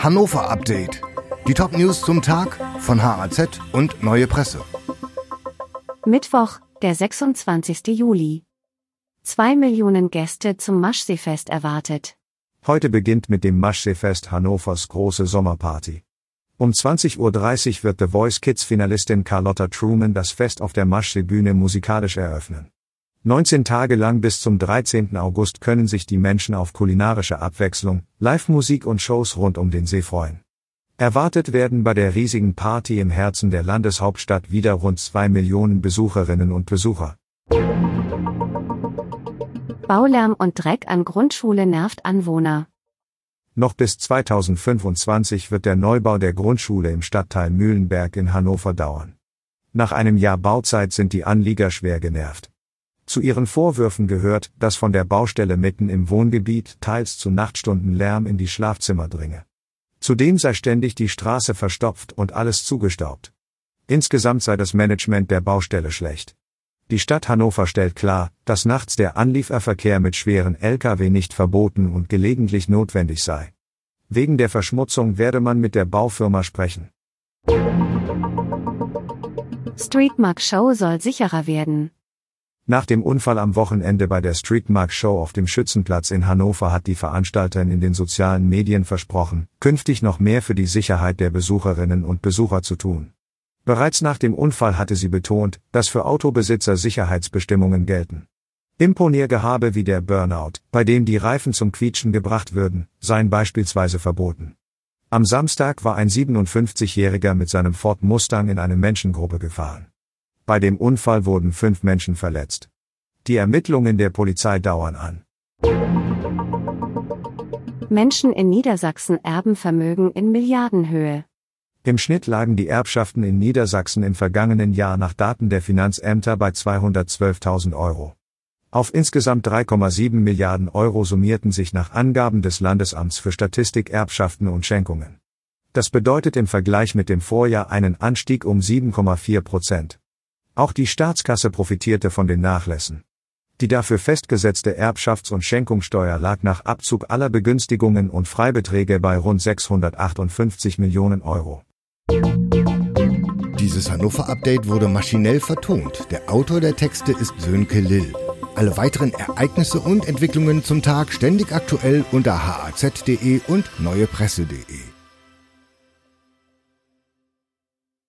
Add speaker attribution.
Speaker 1: Hannover Update. Die Top-News zum Tag von HAZ und Neue Presse.
Speaker 2: Mittwoch, der 26. Juli. 2 Millionen Gäste zum Maschseefest erwartet.
Speaker 3: Heute beginnt mit dem Maschseefest Hannovers große Sommerparty. Um 20:30 Uhr wird The Voice Kids-Finalistin Carlotta Truman das Fest auf der Maschseebühne musikalisch eröffnen. 19 Tage lang bis zum 13. August können sich die Menschen auf kulinarische Abwechslung, Live-Musik und Shows rund um den See freuen. Erwartet werden bei der riesigen Party im Herzen der Landeshauptstadt wieder rund 2 Millionen Besucherinnen und Besucher.
Speaker 2: Baulärm und Dreck an Grundschule nervt Anwohner.
Speaker 3: Noch bis 2025 wird der Neubau der Grundschule im Stadtteil Mühlenberg in Hannover dauern. Nach einem Jahr Bauzeit sind die Anlieger schwer genervt. Zu ihren Vorwürfen gehört, dass von der Baustelle mitten im Wohngebiet teils zu Nachtstunden Lärm in die Schlafzimmer dringe. Zudem sei ständig die Straße verstopft und alles zugestaubt. Insgesamt sei das Management der Baustelle schlecht. Die Stadt Hannover stellt klar, dass nachts der Anlieferverkehr mit schweren Lkw nicht verboten und gelegentlich notwendig sei. Wegen der Verschmutzung werde man mit der Baufirma sprechen.
Speaker 2: Streetmark Show soll sicherer werden.
Speaker 3: Nach dem Unfall am Wochenende bei der Streetmark Show auf dem Schützenplatz in Hannover hat die Veranstalterin in den sozialen Medien versprochen, künftig noch mehr für die Sicherheit der Besucherinnen und Besucher zu tun. Bereits nach dem Unfall hatte sie betont, dass für Autobesitzer Sicherheitsbestimmungen gelten. Imponiergehabe wie der Burnout, bei dem die Reifen zum Quietschen gebracht würden, seien beispielsweise verboten. Am Samstag war ein 57-Jähriger mit seinem Ford Mustang in eine Menschengruppe gefahren. Bei dem Unfall wurden 5 Menschen verletzt. Die Ermittlungen der Polizei dauern an.
Speaker 2: Menschen in Niedersachsen erben Vermögen in Milliardenhöhe.
Speaker 3: Im Schnitt lagen die Erbschaften in Niedersachsen im vergangenen Jahr nach Daten der Finanzämter bei 212.000 Euro. Auf insgesamt 3,7 Milliarden Euro summierten sich nach Angaben des Landesamts für Statistik Erbschaften und Schenkungen. Das bedeutet im Vergleich mit dem Vorjahr einen Anstieg um 7,4%. Auch die Staatskasse profitierte von den Nachlässen. Die dafür festgesetzte Erbschafts- und Schenkungssteuer lag nach Abzug aller Begünstigungen und Freibeträge bei rund 658 Millionen Euro.
Speaker 1: Dieses Hannover-Update wurde maschinell vertont. Der Autor der Texte ist Sönke Lill. Alle weiteren Ereignisse und Entwicklungen zum Tag ständig aktuell unter haz.de und neuepresse.de.